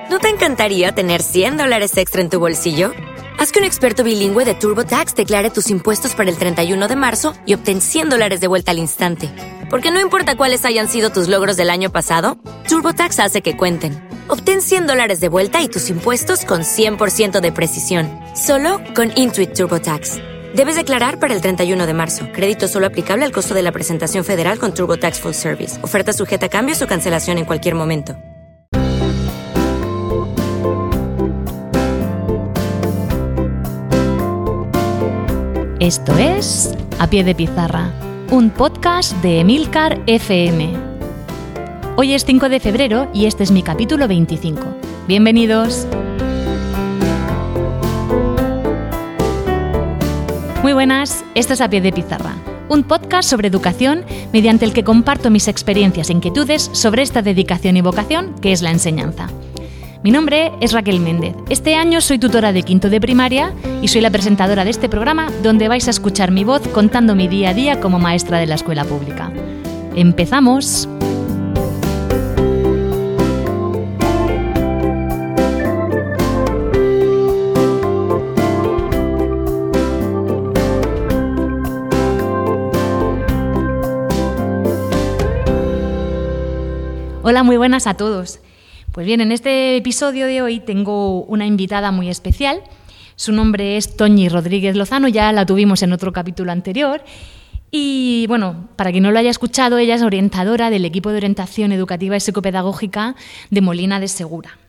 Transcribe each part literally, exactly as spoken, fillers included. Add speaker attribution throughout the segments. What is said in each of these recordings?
Speaker 1: ¿No te encantaría tener cien dólares extra en tu bolsillo? Haz que un experto bilingüe de TurboTax declare tus impuestos para el treinta y uno de marzo y obtén cien dólares de vuelta al instante. Porque no importa cuáles hayan sido tus logros del año pasado, TurboTax hace que cuenten. Obtén cien dólares de vuelta y tus impuestos con cien por ciento de precisión. Solo con Intuit TurboTax. Debes declarar para el treinta y uno de marzo. Crédito solo aplicable al costo de la presentación federal con TurboTax Full Service. Oferta sujeta a cambios o cancelación en cualquier momento.
Speaker 2: Esto es A Pie de Pizarra, un podcast de Emilcar F M. Hoy es cinco de febrero y este es mi capítulo veinticinco. ¡Bienvenidos! Muy buenas, esto es A Pie de Pizarra, un podcast sobre educación mediante el que comparto mis experiencias e inquietudes sobre esta dedicación y vocación que es la enseñanza. Mi nombre es Raquel Méndez. Este año soy tutora de quinto de primaria y soy la presentadora de este programa donde vais a escuchar mi voz contando mi día a día como maestra de la escuela pública. ¡Empezamos! Hola, muy buenas a todos. Pues bien, en este episodio de hoy tengo una invitada muy especial. Su nombre es Toñi Rodríguez Lozano, ya la tuvimos en otro capítulo anterior. Y bueno, para quien no lo haya escuchado, ella es orientadora del equipo de orientación educativa y psicopedagógica de Molina de Segura.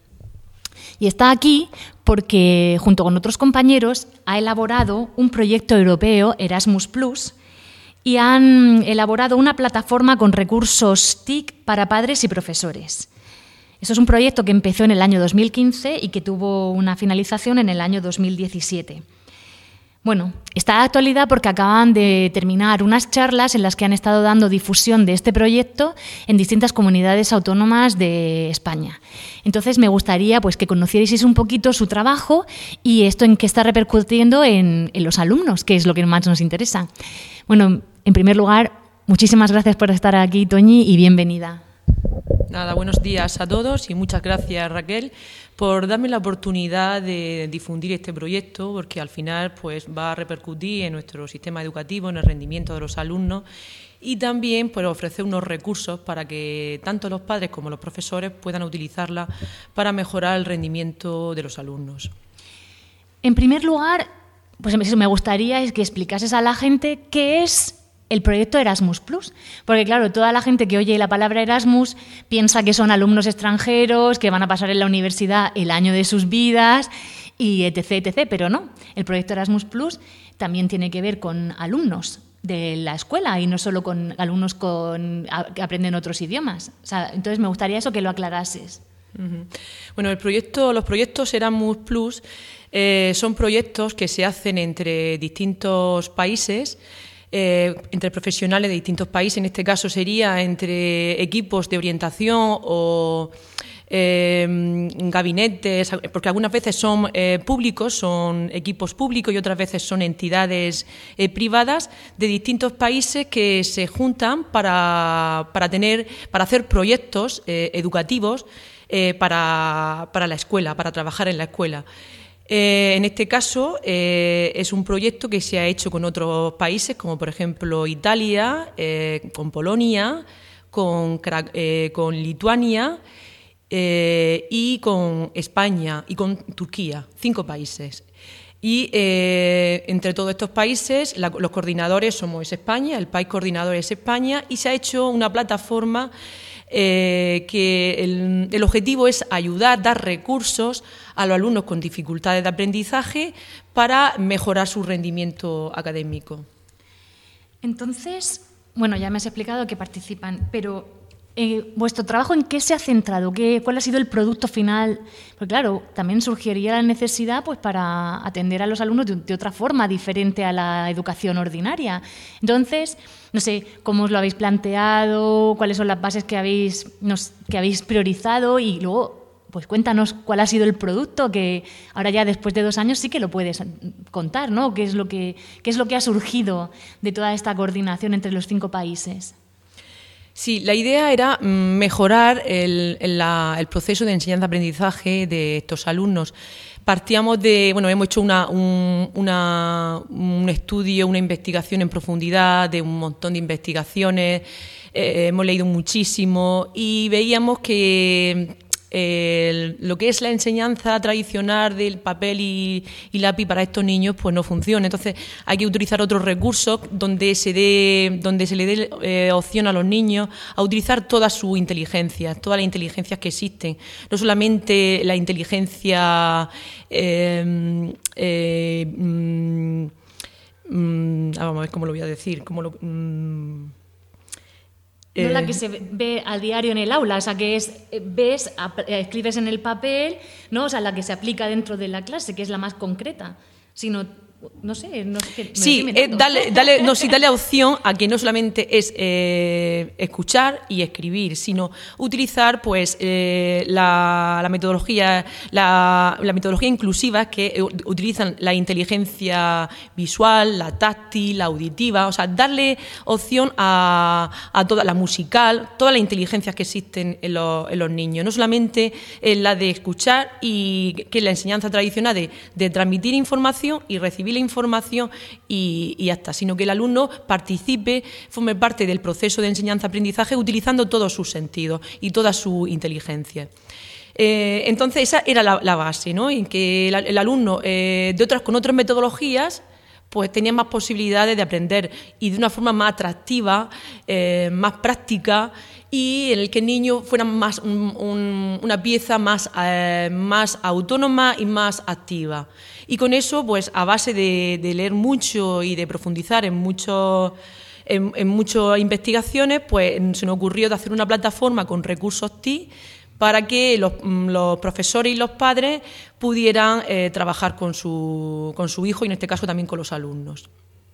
Speaker 2: Y está aquí porque, junto con otros compañeros, ha elaborado un proyecto europeo, Erasmus Plus, y han elaborado una plataforma con recursos T I C para padres y profesores. Eso es un proyecto que empezó en el año dos mil quince y que tuvo una finalización en el año dos mil diecisiete. Bueno, está de actualidad porque acaban de terminar unas charlas en las que han estado dando difusión de este proyecto en distintas comunidades autónomas de España. Entonces me gustaría pues, que conocierais un poquito su trabajo y esto en qué está repercutiendo en, en los alumnos, que es lo que más nos interesa. Bueno, en primer lugar, muchísimas gracias por estar aquí, Toñi, y bienvenida.
Speaker 3: Nada, buenos días a todos y muchas gracias, Raquel, por darme la oportunidad de difundir este proyecto, porque al final pues, va a repercutir en nuestro sistema educativo, en el rendimiento de los alumnos y también pues, ofrecer unos recursos para que tanto los padres como los profesores puedan utilizarla para mejorar el rendimiento de los alumnos.
Speaker 2: En primer lugar, pues me gustaría que explicases a la gente qué es el proyecto Erasmus Plus, porque claro, toda la gente que oye la palabra Erasmus piensa que son alumnos extranjeros, que van a pasar en la universidad el año de sus vidas, y etc, etcétera, pero no. El proyecto Erasmus Plus también tiene que ver con alumnos de la escuela y no solo con alumnos con, que aprenden otros idiomas. O sea, entonces me gustaría eso que lo aclarases.
Speaker 3: Uh-huh. Bueno, el proyecto, los proyectos Erasmus Plus eh, son proyectos que se hacen entre distintos países, Eh, entre profesionales de distintos países, en este caso sería entre equipos de orientación o eh, gabinetes, porque algunas veces son eh, públicos, son equipos públicos y otras veces son entidades eh, privadas de distintos países que se juntan para, para, tener, para hacer proyectos eh, educativos eh, para, para la escuela, para trabajar en la escuela. Eh, en este caso eh, es un proyecto que se ha hecho con otros países, como por ejemplo Italia, eh, con Polonia, con, eh, con Lituania eh, y con España y con Turquía, cinco países. Y eh, entre todos estos países, la, los coordinadores somos España, el país coordinador es España, y se ha hecho una plataforma eh, que el, el objetivo es ayudar, dar recursos a los alumnos con dificultades de aprendizaje para mejorar su rendimiento académico.
Speaker 2: Entonces, bueno, ya me has explicado que participan, pero eh, ¿vuestro trabajo en qué se ha centrado? ¿Qué, ¿Cuál ha sido el producto final? Porque claro, también surgiría la necesidad pues, para atender a los alumnos de, de otra forma, diferente a la educación ordinaria. Entonces, no sé, ¿cómo os lo habéis planteado? ¿Cuáles son las bases que habéis, nos, que habéis priorizado? Y luego, pues cuéntanos cuál ha sido el producto, que ahora ya después de dos años sí que lo puedes contar, ¿no? ¿Qué es lo que, qué es lo que ha surgido de toda esta coordinación entre los cinco países?
Speaker 3: Sí, la idea era mejorar el, la, el proceso de enseñanza-aprendizaje de estos alumnos. Partíamos de, bueno, hemos hecho una, un, una, un estudio, una investigación en profundidad de un montón de investigaciones, eh, hemos leído muchísimo y veíamos que eh, lo que es la enseñanza tradicional del papel y, y lápiz para estos niños pues no funciona. Entonces hay que utilizar otros recursos donde se dé, donde se le dé eh, opción a los niños a utilizar toda su inteligencia, todas las inteligencias que existen, no solamente la inteligencia eh, eh, mm, mm, vamos a ver cómo lo voy a decir, cómo lo mm,
Speaker 2: No es la que se ve al diario en el aula, o sea, que es, ves, escribes en el papel, ¿no? O sea, la que se aplica dentro de la clase, que es la más concreta, sino, no sé, no sé qué.
Speaker 3: Sí, eh, dale, dale, no, sí, dale opción a que no solamente es eh, escuchar y escribir, sino utilizar, pues, eh, la, la metodología, la, la metodología inclusiva que utilizan la inteligencia visual, la táctil, la auditiva, o sea, darle opción a, a toda la musical, todas las inteligencias que existen en los, en los niños, no solamente en la de escuchar y que es la enseñanza tradicional de, de transmitir información y recibir la información y, y ya está, sino que el alumno participe, forme parte del proceso de enseñanza-aprendizaje utilizando todos sus sentidos y toda su inteligencia. Eh, entonces esa era la, la base, ¿no? En que el, el alumno eh, de otras, con otras metodologías pues tenía más posibilidades de aprender y de una forma más atractiva, eh, más práctica y en el que el niño fuera más un, un, una pieza más, eh, más autónoma y más activa. Y con eso, pues a base de, de leer mucho y de profundizar en muchos en, en muchas investigaciones, pues se nos ocurrió de hacer una plataforma con recursos T I para que los, los profesores y los padres pudieran eh, trabajar con su, con su hijo y en este caso también con los alumnos.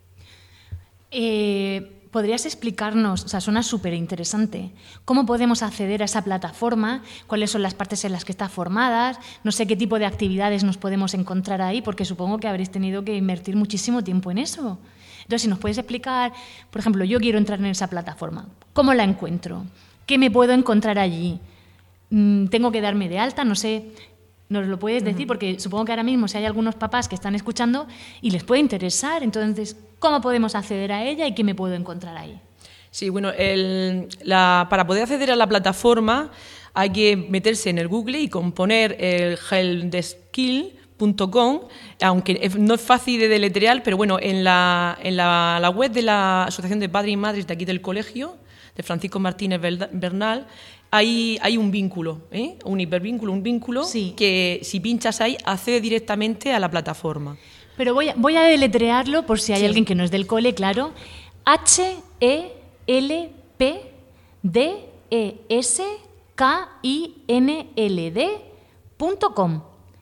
Speaker 2: Eh, ¿Podrías explicarnos, o sea, suena súper interesante, cómo podemos acceder a esa plataforma, cuáles son las partes en las que está formada, no sé qué tipo de actividades nos podemos encontrar ahí, porque supongo que habréis tenido que invertir muchísimo tiempo en eso? Entonces, si nos puedes explicar, por ejemplo, yo quiero entrar en esa plataforma, ¿cómo la encuentro? ¿Qué me puedo encontrar allí? ¿Tengo que darme de alta? No sé, ¿nos lo puedes decir? Porque supongo que ahora mismo si hay algunos papás que están escuchando y les puede interesar, entonces, ¿cómo podemos acceder a ella y qué me puedo encontrar ahí?
Speaker 3: Sí, bueno, el, la, para poder acceder a la plataforma hay que meterse en el Google y componer el helpdeskill punto com, aunque no es fácil de deletrear, pero bueno, en la, en la, la web de la Asociación de Padres y Madres de aquí del colegio, de Francisco Martínez Bernal, Hay, hay un vínculo, ¿eh? un hipervínculo, un vínculo sí. que si pinchas ahí accede directamente a la plataforma.
Speaker 2: Pero voy a, voy a deletrearlo por si hay sí. alguien que no es del cole, claro. H E L P D E S K I N L D punto com.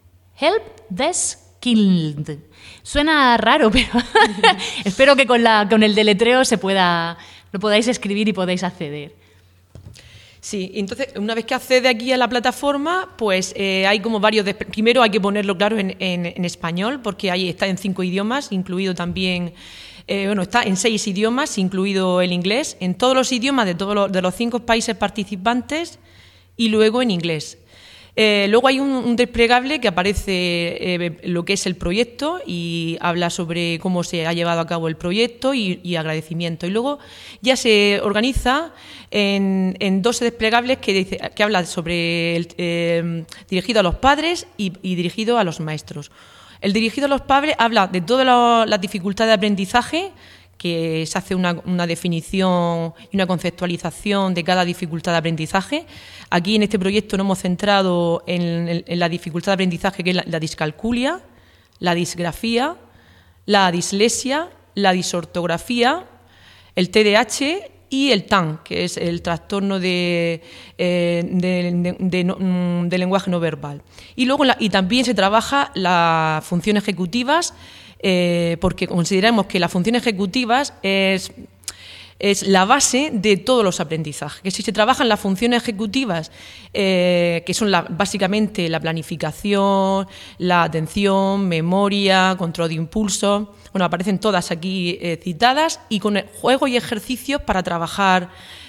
Speaker 2: Helpdeskill. Suena raro, pero espero que con, la, con el deletreo se pueda, lo podáis escribir y podáis acceder.
Speaker 3: Sí, entonces una vez que accede aquí a la plataforma, pues eh, hay como varios... De, primero hay que ponerlo claro en, en, en español, porque ahí está en cinco idiomas, incluido también... Eh, bueno, está en seis idiomas, incluido el inglés, en todos los idiomas de, todos los, de los cinco países participantes y luego en inglés. Eh, luego hay un, un desplegable que aparece eh, lo que es el proyecto y habla sobre cómo se ha llevado a cabo el proyecto y, y agradecimiento. Y luego ya se organiza en, en dos desplegables que, dice, que habla sobre el, eh, dirigido a los padres y, y dirigido a los maestros. El dirigido a los padres habla de todas las dificultades de aprendizaje, que se hace una, una definición y una conceptualización de cada dificultad de aprendizaje. Aquí en este proyecto nos hemos centrado en, en, en la dificultad de aprendizaje que es la, la discalculia, la disgrafía, la dislexia, la disortografía, el T D A H y el T A N, que es el trastorno de, eh, de, de, de, de, de lenguaje no verbal. Y, luego la, y también se trabaja las funciones ejecutivas, Eh, porque consideramos que las funciones ejecutivas es, es la base de todos los aprendizajes. Que si se trabajan las funciones ejecutivas, eh, que son la, básicamente la planificación, la atención, memoria, control de impulsos, bueno, aparecen todas aquí eh, citadas, y con juegos y ejercicios para trabajar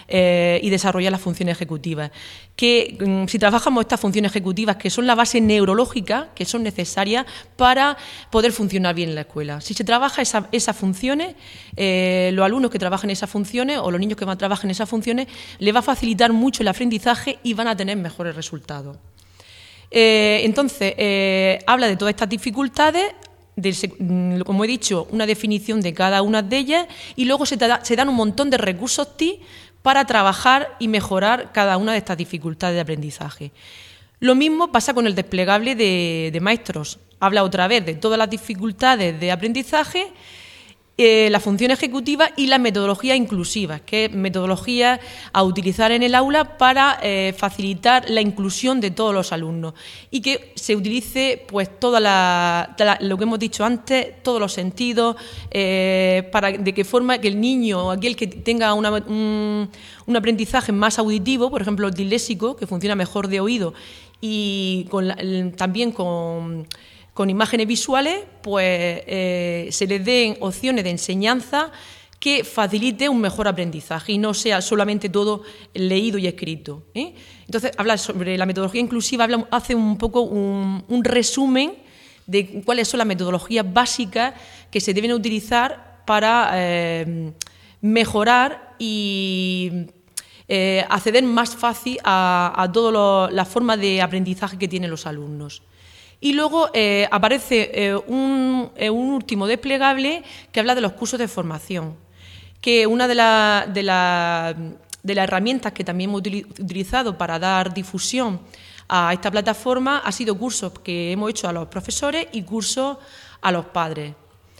Speaker 3: eh, y desarrollar las funciones ejecutivas. Que mm, si trabajamos estas funciones ejecutivas, que son la base neurológica, que son necesarias para poder funcionar bien en la escuela. Si se trabaja esa, esas funciones, eh, los alumnos que trabajen esas funciones o los niños que trabajen esas funciones, les va a facilitar mucho el aprendizaje y van a tener mejores resultados. Eh, entonces, eh, habla de todas estas dificultades, de, como he dicho, una definición de cada una de ellas y luego se, da, se dan un montón de recursos T I para trabajar y mejorar cada una de estas dificultades de aprendizaje. Lo mismo pasa con el desplegable de, de maestros. Habla otra vez de todas las dificultades de aprendizaje, Eh, la función ejecutiva y la metodología inclusiva, que es metodología a utilizar en el aula para eh, facilitar la inclusión de todos los alumnos y que se utilice pues toda la, la, lo que hemos dicho antes, todos los sentidos, eh, para de qué forma que el niño o aquel que tenga una, un, un aprendizaje más auditivo, por ejemplo el disléxico, que funciona mejor de oído y con la, el, también con con imágenes visuales, pues eh, se les den opciones de enseñanza que facilite un mejor aprendizaje y no sea solamente todo leído y escrito, ¿eh? Entonces, habla sobre la metodología inclusiva, habla, hace un poco un, un resumen de cuáles son las metodologías básicas que se deben utilizar para eh, mejorar y eh, acceder más fácil a, a todas las formas de aprendizaje que tienen los alumnos. Y luego eh, aparece eh, un, eh, un último desplegable que habla de los cursos de formación, que una de las de la, de las herramientas que también hemos utilizado para dar difusión a esta plataforma ha sido cursos que hemos hecho a los profesores y cursos a los padres.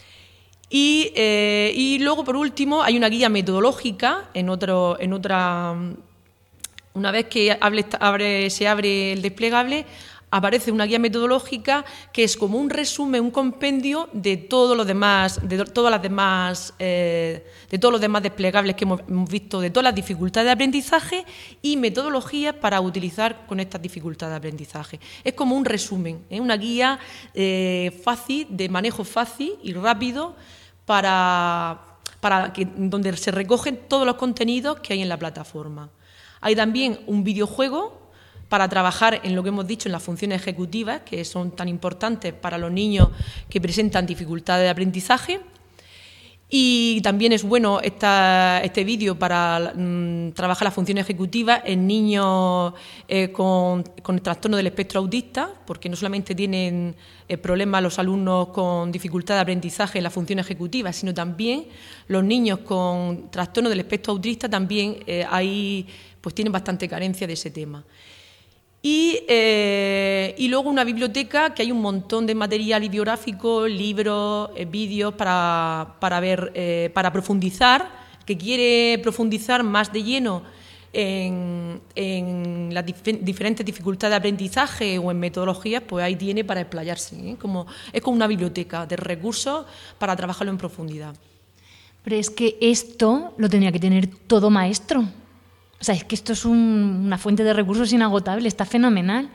Speaker 3: Y, eh, y luego, por último, hay una guía metodológica en, otro, en otra... Una vez que abre, abre, se abre el desplegable, aparece una guía metodológica que es como un resumen, un compendio de todos los demás, de todas las demás, eh, de todos los demás desplegables que hemos, hemos visto, de todas las dificultades de aprendizaje y metodologías para utilizar con estas dificultades de aprendizaje. Es como un resumen, ¿eh? Una guía eh, fácil, de manejo fácil y rápido para, para que, donde se recogen todos los contenidos que hay en la plataforma. Hay también un videojuego para trabajar en lo que hemos dicho en las funciones ejecutivas, que son tan importantes para los niños que presentan dificultades de aprendizaje. Y también es bueno esta, este vídeo para mmm, trabajar las funciones ejecutivas en niños eh, con, con trastorno del espectro autista, porque no solamente tienen eh, problemas los alumnos con dificultad de aprendizaje en la función ejecutiva, sino también los niños con trastorno del espectro autista también eh, ahí, pues tienen bastante carencia de ese tema. Y, eh, y luego una biblioteca que hay un montón de material bibliográfico, libros, eh, vídeos para, para, ver, eh, para profundizar, que quiere profundizar más de lleno en, en las dif- diferentes dificultades de aprendizaje o en metodologías, pues ahí tiene para explayarse, ¿eh? Como, es como una biblioteca de recursos para trabajarlo en profundidad.
Speaker 2: Pero es que esto lo tenía que tener todo maestro. O sea, es que esto es un, una fuente de recursos inagotable, está fenomenal.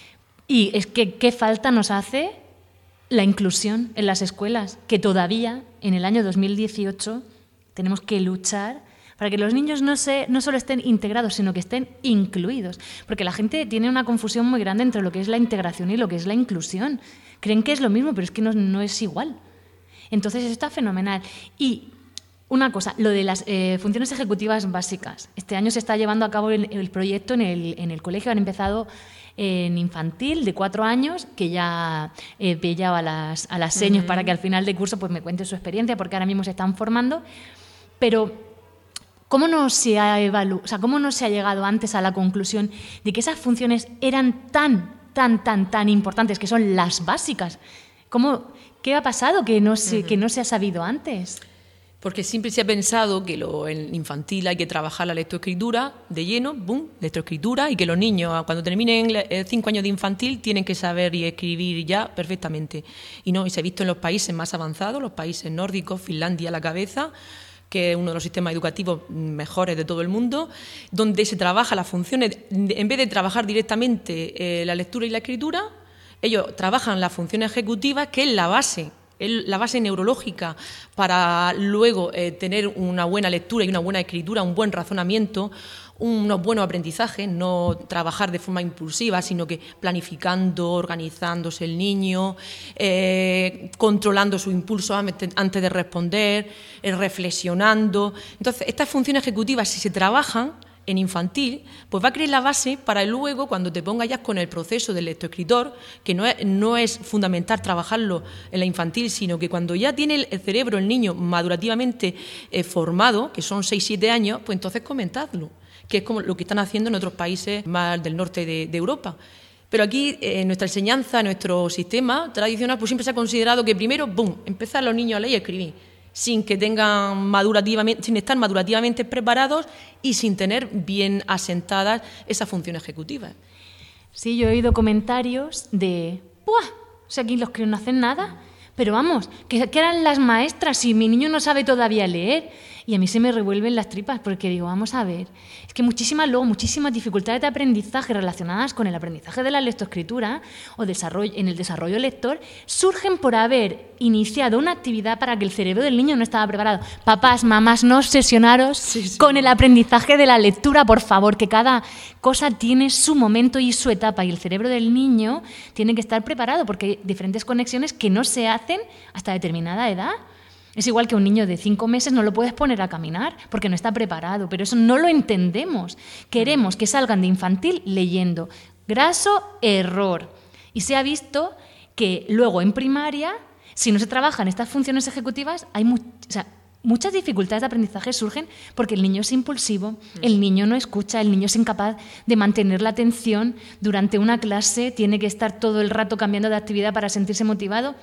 Speaker 2: Y es que qué falta nos hace la inclusión en las escuelas, que todavía en el año dos mil dieciocho tenemos que luchar para que los niños no, se, no solo estén integrados, sino que estén incluidos. Porque la gente tiene una confusión muy grande entre lo que es la integración y lo que es la inclusión. Creen que es lo mismo, pero es que no, no es igual. Entonces eso está fenomenal. Y una cosa, lo de las eh, funciones ejecutivas básicas. Este año se está llevando a cabo el, el proyecto en el, en el colegio. Han empezado en infantil de cuatro años, que ya he pillado a las, a las señas uh-huh. para que al final de curso pues, me cuente su experiencia, porque ahora mismo se están formando. Pero, ¿cómo no se ha evalu- o sea, ¿cómo no se ha llegado antes a la conclusión de que esas funciones eran tan, tan, tan, tan importantes, que son las básicas? ¿Cómo, ¿Qué ha pasado que no se, uh-huh. que no se ha sabido antes?
Speaker 3: Porque siempre se ha pensado que lo, en infantil hay que trabajar la lectoescritura de lleno, boom, lectoescritura, y que los niños cuando terminen cinco años de infantil tienen que saber y escribir ya perfectamente. Y no, y se ha visto en los países más avanzados, los países nórdicos, Finlandia a la cabeza, que es uno de los sistemas educativos mejores de todo el mundo, donde se trabaja las funciones, en vez de trabajar directamente eh, la lectura y la escritura, ellos trabajan las funciones ejecutivas, que es la base es la base neurológica para luego eh, tener una buena lectura y una buena escritura, un buen razonamiento, unos buenos aprendizajes, no trabajar de forma impulsiva, sino que planificando, organizándose el niño, eh, controlando su impulso antes de responder, eh, reflexionando. Entonces, estas funciones ejecutivas, si se trabajan en infantil, pues va a crear la base para luego, cuando te pongas ya con el proceso del lectoescritor, que no es, no es fundamental trabajarlo en la infantil, sino que cuando ya tiene el cerebro, el niño, madurativamente eh, formado, que son seis siete años, pues entonces comentadlo, que es como lo que están haciendo en otros países más del norte de, de Europa. Pero aquí, en eh, nuestra enseñanza, en nuestro sistema tradicional, pues siempre se ha considerado que primero, ¡bum!, empezar a los niños a leer y a escribir, sin que tengan madurativamente, sin estar madurativamente preparados y sin tener bien asentadas esas funciones ejecutivas.
Speaker 2: Sí, yo he oído comentarios de, ¡buah! O sea, aquí los críos no hacen nada, pero vamos, que, que eran las maestras si mi niño no sabe todavía leer. Y a mí se me revuelven las tripas porque digo, vamos a ver, es que muchísimas, luego, muchísimas dificultades de aprendizaje relacionadas con el aprendizaje de la lectoescritura o desarrollo, en el desarrollo lector surgen por haber iniciado una actividad para que el cerebro del niño no estaba preparado. Papás, mamás, no obsesionaros sí, sí. con el aprendizaje de la lectura, por favor, que cada cosa tiene su momento y su etapa y el cerebro del niño tiene que estar preparado porque hay diferentes conexiones que no se hacen hasta determinada edad. Es igual que un niño de cinco meses no lo puedes poner a caminar porque no está preparado, pero eso no lo entendemos. Queremos que salgan de infantil leyendo. Graso error. Y se ha visto que luego en primaria, si no se trabajan estas funciones ejecutivas, hay mu- o sea, muchas dificultades de aprendizaje surgen porque el niño es impulsivo, el niño no escucha, el niño es incapaz de mantener la atención durante una clase, tiene que estar todo el rato cambiando de actividad para sentirse motivado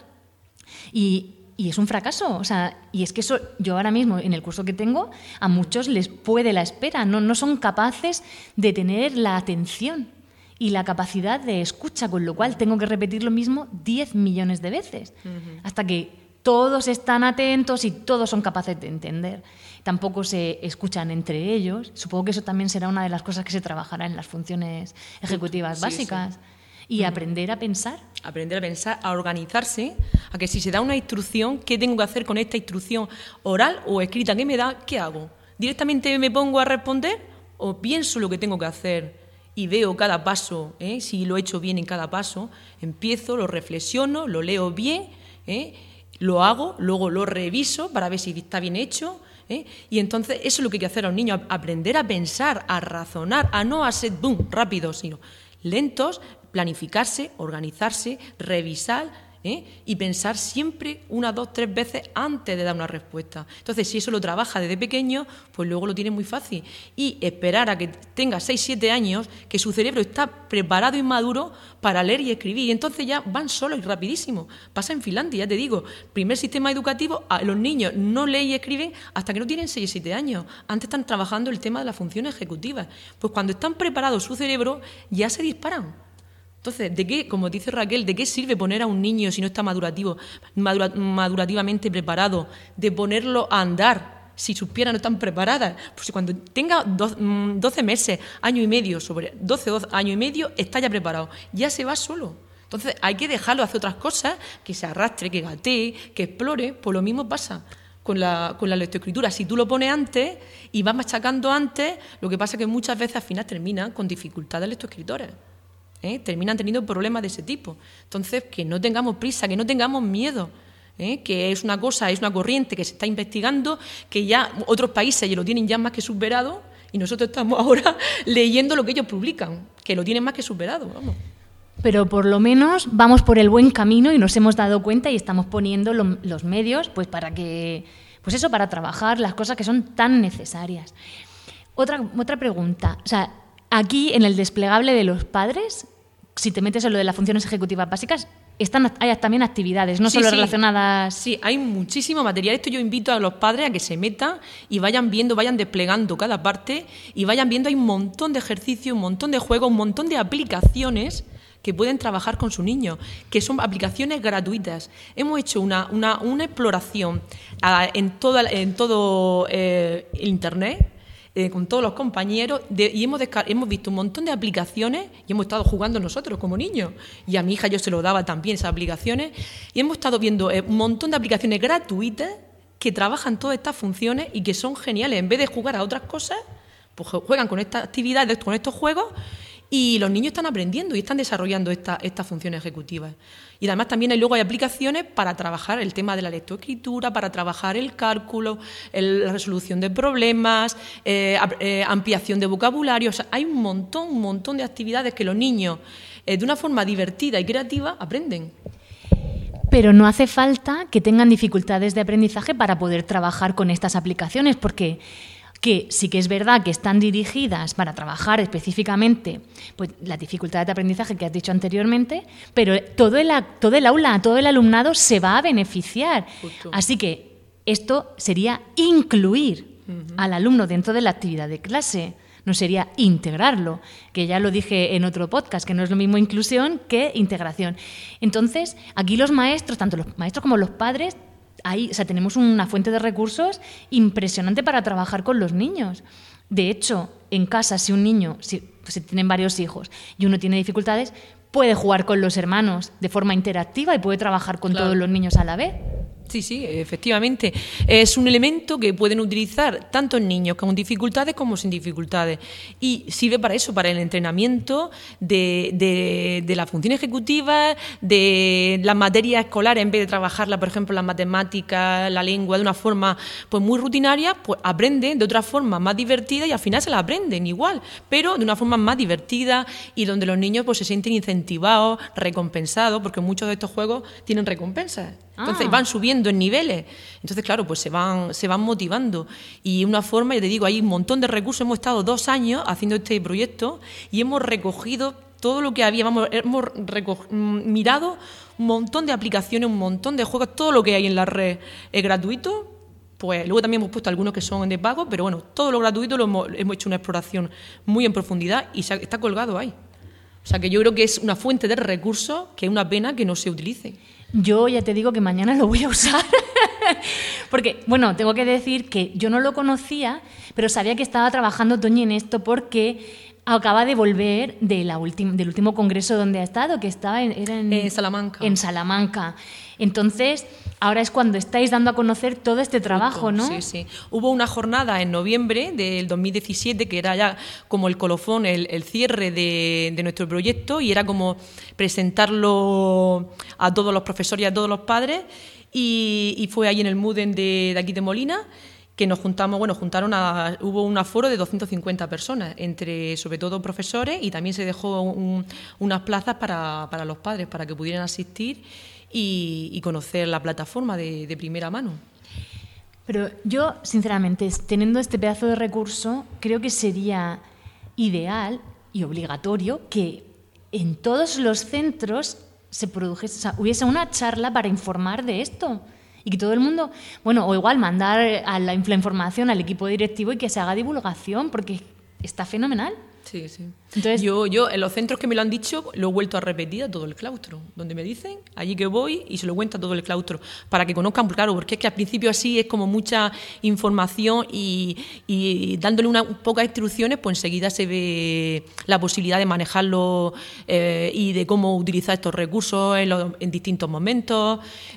Speaker 2: y Y es un fracaso, o sea, y es que eso yo ahora mismo en el curso que tengo a muchos les puede la espera, no, no son capaces de tener la atención y la capacidad de escucha, con lo cual tengo que repetir lo mismo diez millones de veces, uh-huh. hasta que todos están atentos y todos son capaces de entender. Tampoco se escuchan entre ellos, supongo que eso también será una de las cosas que se trabajará en las funciones ejecutivas sí, básicas. Sí. Y aprender a pensar.
Speaker 3: Aprender a pensar, a organizarse, a que si se da una instrucción, ¿qué tengo que hacer con esta instrucción oral o escrita? ¿Qué me da? ¿Qué hago? ¿Directamente me pongo a responder o pienso lo que tengo que hacer y veo cada paso, ¿eh? si lo he hecho bien en cada paso? Empiezo, lo reflexiono, lo leo bien, ¿eh? lo hago, luego lo reviso para ver si está bien hecho. ¿Eh? Y entonces eso es lo que hay que hacer a los niños, aprender a pensar, a razonar, a no a ser boom, rápidos, sino lentos, planificarse, organizarse, revisar ¿eh? y pensar siempre una, dos, tres veces antes de dar una respuesta. Entonces, si eso lo trabaja desde pequeño, pues luego lo tiene muy fácil. Y esperar a que tenga seis, siete años, que su cerebro está preparado y maduro para leer y escribir. Y entonces ya van solos y rapidísimo. Pasa en Finlandia, ya te digo, primer sistema educativo, los niños no leen y escriben hasta que no tienen seis, siete años. Antes están trabajando el tema de las funciones ejecutivas. Pues cuando están preparados su cerebro, ya se disparan. Entonces, ¿de qué, como dice Raquel, de qué sirve poner a un niño si no está madurativo, madura, madurativamente preparado, de ponerlo a andar si sus piernas no están preparadas? Pues cuando tenga doce meses, año y medio, sobre doce, doce años y medio, está ya preparado, ya se va solo. Entonces, hay que dejarlo hacer otras cosas, que se arrastre, que gatee, que explore. Pues lo mismo pasa con la, con la lectoescritura. Si tú lo pones antes y vas machacando antes, lo que pasa es que muchas veces al final terminan con dificultades lectoescritores. ¿Eh? Terminan teniendo problemas de ese tipo. Entonces, que no tengamos prisa, que no tengamos miedo, ¿eh? que es una cosa, es una corriente que se está investigando, que ya otros países ya lo tienen ya más que superado y nosotros estamos ahora leyendo lo que ellos publican, que lo tienen más que superado, vamos.
Speaker 2: Pero por lo menos vamos por el buen camino y nos hemos dado cuenta y estamos poniendo lo, los medios pues para que, pues eso, para trabajar las cosas que son tan necesarias. Otra, otra pregunta, o sea, aquí en el desplegable de los padres, si te metes en lo de las funciones ejecutivas básicas, están, hay también actividades, no sí, solo sí. relacionadas...
Speaker 3: Sí, hay muchísimo material. Esto yo invito a los padres a que se metan y vayan viendo, vayan desplegando cada parte y vayan viendo, hay un montón de ejercicios, un montón de juegos, un montón de aplicaciones que pueden trabajar con su niño, que son aplicaciones gratuitas. Hemos hecho una, una, una exploración uh, en, toda, en todo eh, el Internet, eh, con todos los compañeros de, y hemos, descar- hemos visto un montón de aplicaciones y hemos estado jugando nosotros como niños. Y a mi hija yo se lo daba también esas aplicaciones y hemos estado viendo eh, un montón de aplicaciones gratuitas que trabajan todas estas funciones y que son geniales. En vez de jugar a otras cosas, pues juegan con estas actividades, con estos juegos, y los niños están aprendiendo y están desarrollando esta, estas funciones ejecutivas. Y además también hay, luego hay aplicaciones para trabajar el tema de la lectoescritura, para trabajar el cálculo, el, la resolución de problemas, eh, eh, ampliación de vocabulario. O sea, hay un montón, un montón de actividades que los niños, eh, de una forma divertida y creativa, aprenden.
Speaker 2: Pero no hace falta que tengan dificultades de aprendizaje para poder trabajar con estas aplicaciones, porque que sí que es verdad que están dirigidas para trabajar específicamente pues, las dificultades de aprendizaje que has dicho anteriormente, pero todo el, todo el aula, todo el alumnado se va a beneficiar. Justo. Así que esto sería incluir uh-huh. al alumno dentro de la actividad de clase, no sería integrarlo, que ya lo dije en otro podcast, que no es lo mismo inclusión que integración. Entonces, aquí los maestros, tanto los maestros como los padres, Ahí, o sea, tenemos una fuente de recursos impresionante para trabajar con los niños. De hecho, en casa, si un niño, si, si tienen varios hijos y uno tiene dificultades, puede jugar con los hermanos de forma interactiva y puede trabajar con claro. todos los niños a la vez.
Speaker 3: Sí, sí, efectivamente. Es un elemento que pueden utilizar tanto niños con dificultades como sin dificultades. Y sirve para eso, para el entrenamiento de, de, de la función ejecutiva, de las materias escolares, en vez de trabajarla, por ejemplo, las matemáticas, la lengua, de una forma pues muy rutinaria, pues aprenden de otra forma más divertida y al final se la aprenden igual, pero de una forma más divertida y donde los niños pues se sienten incentivados, recompensados, porque muchos de estos juegos tienen recompensas. Entonces ah. van subiendo en niveles. Entonces, claro, pues se van, se van motivando. Y una forma, ya te digo, hay un montón de recursos. Hemos estado dos años haciendo este proyecto y hemos recogido todo lo que había. Vamos, hemos recogido, mirado un montón de aplicaciones, un montón de juegos, todo lo que hay en la red es gratuito. Pues luego también hemos puesto algunos que son de pago, pero bueno, todo lo gratuito lo hemos, hemos hecho una exploración muy en profundidad y se ha, está colgado ahí. O sea que yo creo que es una fuente de recursos que es una pena que no se utilice.
Speaker 2: Yo ya te digo que mañana lo voy a usar. Porque, bueno, tengo que decir que yo no lo conocía, pero sabía que estaba trabajando Toñi en esto porque acaba de volver de la ultim- del último congreso donde ha estado, que estaba en, era en,
Speaker 3: en Salamanca.
Speaker 2: En Salamanca. Entonces, ahora es cuando estáis dando a conocer todo este trabajo, ¿no?
Speaker 3: Sí, sí. Hubo una jornada en noviembre del dos mil diecisiete que era ya como el colofón, el, el cierre de, de nuestro proyecto y era como presentarlo a todos los profesores y a todos los padres y, y fue ahí en el Muden de, de aquí de Molina que nos juntamos, bueno, juntaron a, hubo un aforo de doscientas cincuenta personas, entre sobre todo profesores y también se dejó un, unas plazas para, para los padres para que pudieran asistir y, y conocer la plataforma de, de primera mano.
Speaker 2: Pero yo, sinceramente, teniendo este pedazo de recurso, creo que sería ideal y obligatorio que en todos los centros se produjese, o sea, hubiese una charla para informar de esto. Y que todo el mundo, bueno, o igual mandar a la, la información al equipo directivo y que se haga divulgación, porque está fenomenal.
Speaker 3: Sí, sí.
Speaker 2: Entonces,
Speaker 3: yo, yo en los centros que me lo han dicho lo he vuelto a repetir a todo el claustro. Donde me dicen, allí que voy y se lo cuento a todo el claustro. Para que conozcan, claro, porque es que al principio así es como mucha información y, y dándole unas pocas instrucciones, pues enseguida se ve la posibilidad de manejarlo eh, y de cómo utilizar estos recursos en, los, en distintos momentos.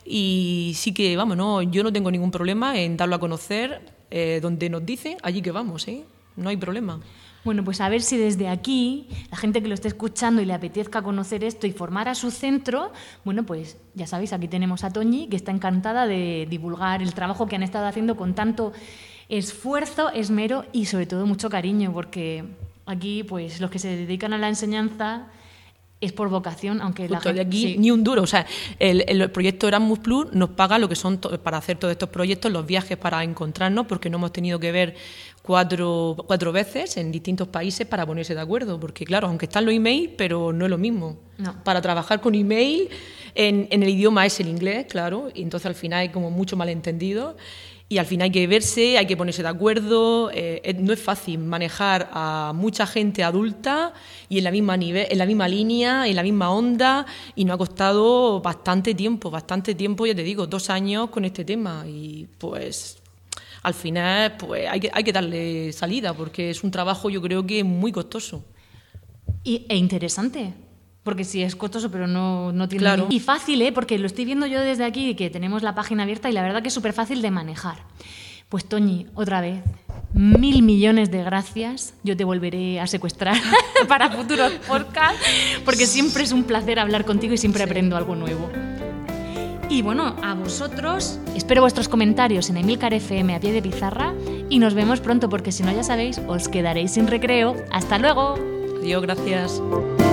Speaker 3: Y sí que, vamos, no, yo no tengo ningún problema en darlo a conocer eh, donde nos dicen, allí que vamos, ¿eh? No hay problema.
Speaker 2: Bueno, pues a ver si desde aquí, la gente que lo esté escuchando y le apetezca conocer esto y formar a su centro, bueno, pues ya sabéis, aquí tenemos a Toñi, que está encantada de divulgar el trabajo que han estado haciendo con tanto esfuerzo, esmero y sobre todo mucho cariño, porque aquí, pues los que se dedican a la enseñanza es por vocación, aunque
Speaker 3: Justo
Speaker 2: la gente...
Speaker 3: de aquí
Speaker 2: sí.
Speaker 3: ni un duro. O sea, el, el proyecto Erasmus Plus nos paga lo que son to- para hacer todos estos proyectos, los viajes para encontrarnos, porque no hemos tenido que ver cuatro, cuatro veces en distintos países para ponerse de acuerdo. Porque, claro, aunque están los emails, pero no es lo mismo.
Speaker 2: No.
Speaker 3: Para trabajar con email, en, en el idioma es el inglés, claro, y entonces al final hay como mucho malentendido. Y al final hay que verse, hay que ponerse de acuerdo. Eh, no es fácil manejar a mucha gente adulta y en la misma nivel, en la misma línea, en la misma onda, y nos ha costado bastante tiempo, bastante tiempo, ya te digo, dos años con este tema. Y pues al final pues hay que, hay que darle salida, porque es un trabajo yo creo que muy costoso.
Speaker 2: Y, e interesante. Porque sí, es costoso, pero no, no tiene...
Speaker 3: Claro.
Speaker 2: Ni... Y fácil, ¿eh? Porque lo estoy viendo yo desde aquí, que tenemos la página abierta y la verdad que es súper fácil de manejar. Pues Toñi, otra vez, mil millones de gracias. Yo te volveré a secuestrar para futuros podcasts, porque siempre es un placer hablar contigo y siempre sí. aprendo algo nuevo. Y bueno, a vosotros, espero vuestros comentarios en Emilcar F M a pie de pizarra y nos vemos pronto, porque si no, ya sabéis, os quedaréis sin recreo. ¡Hasta luego!
Speaker 3: Adiós, gracias.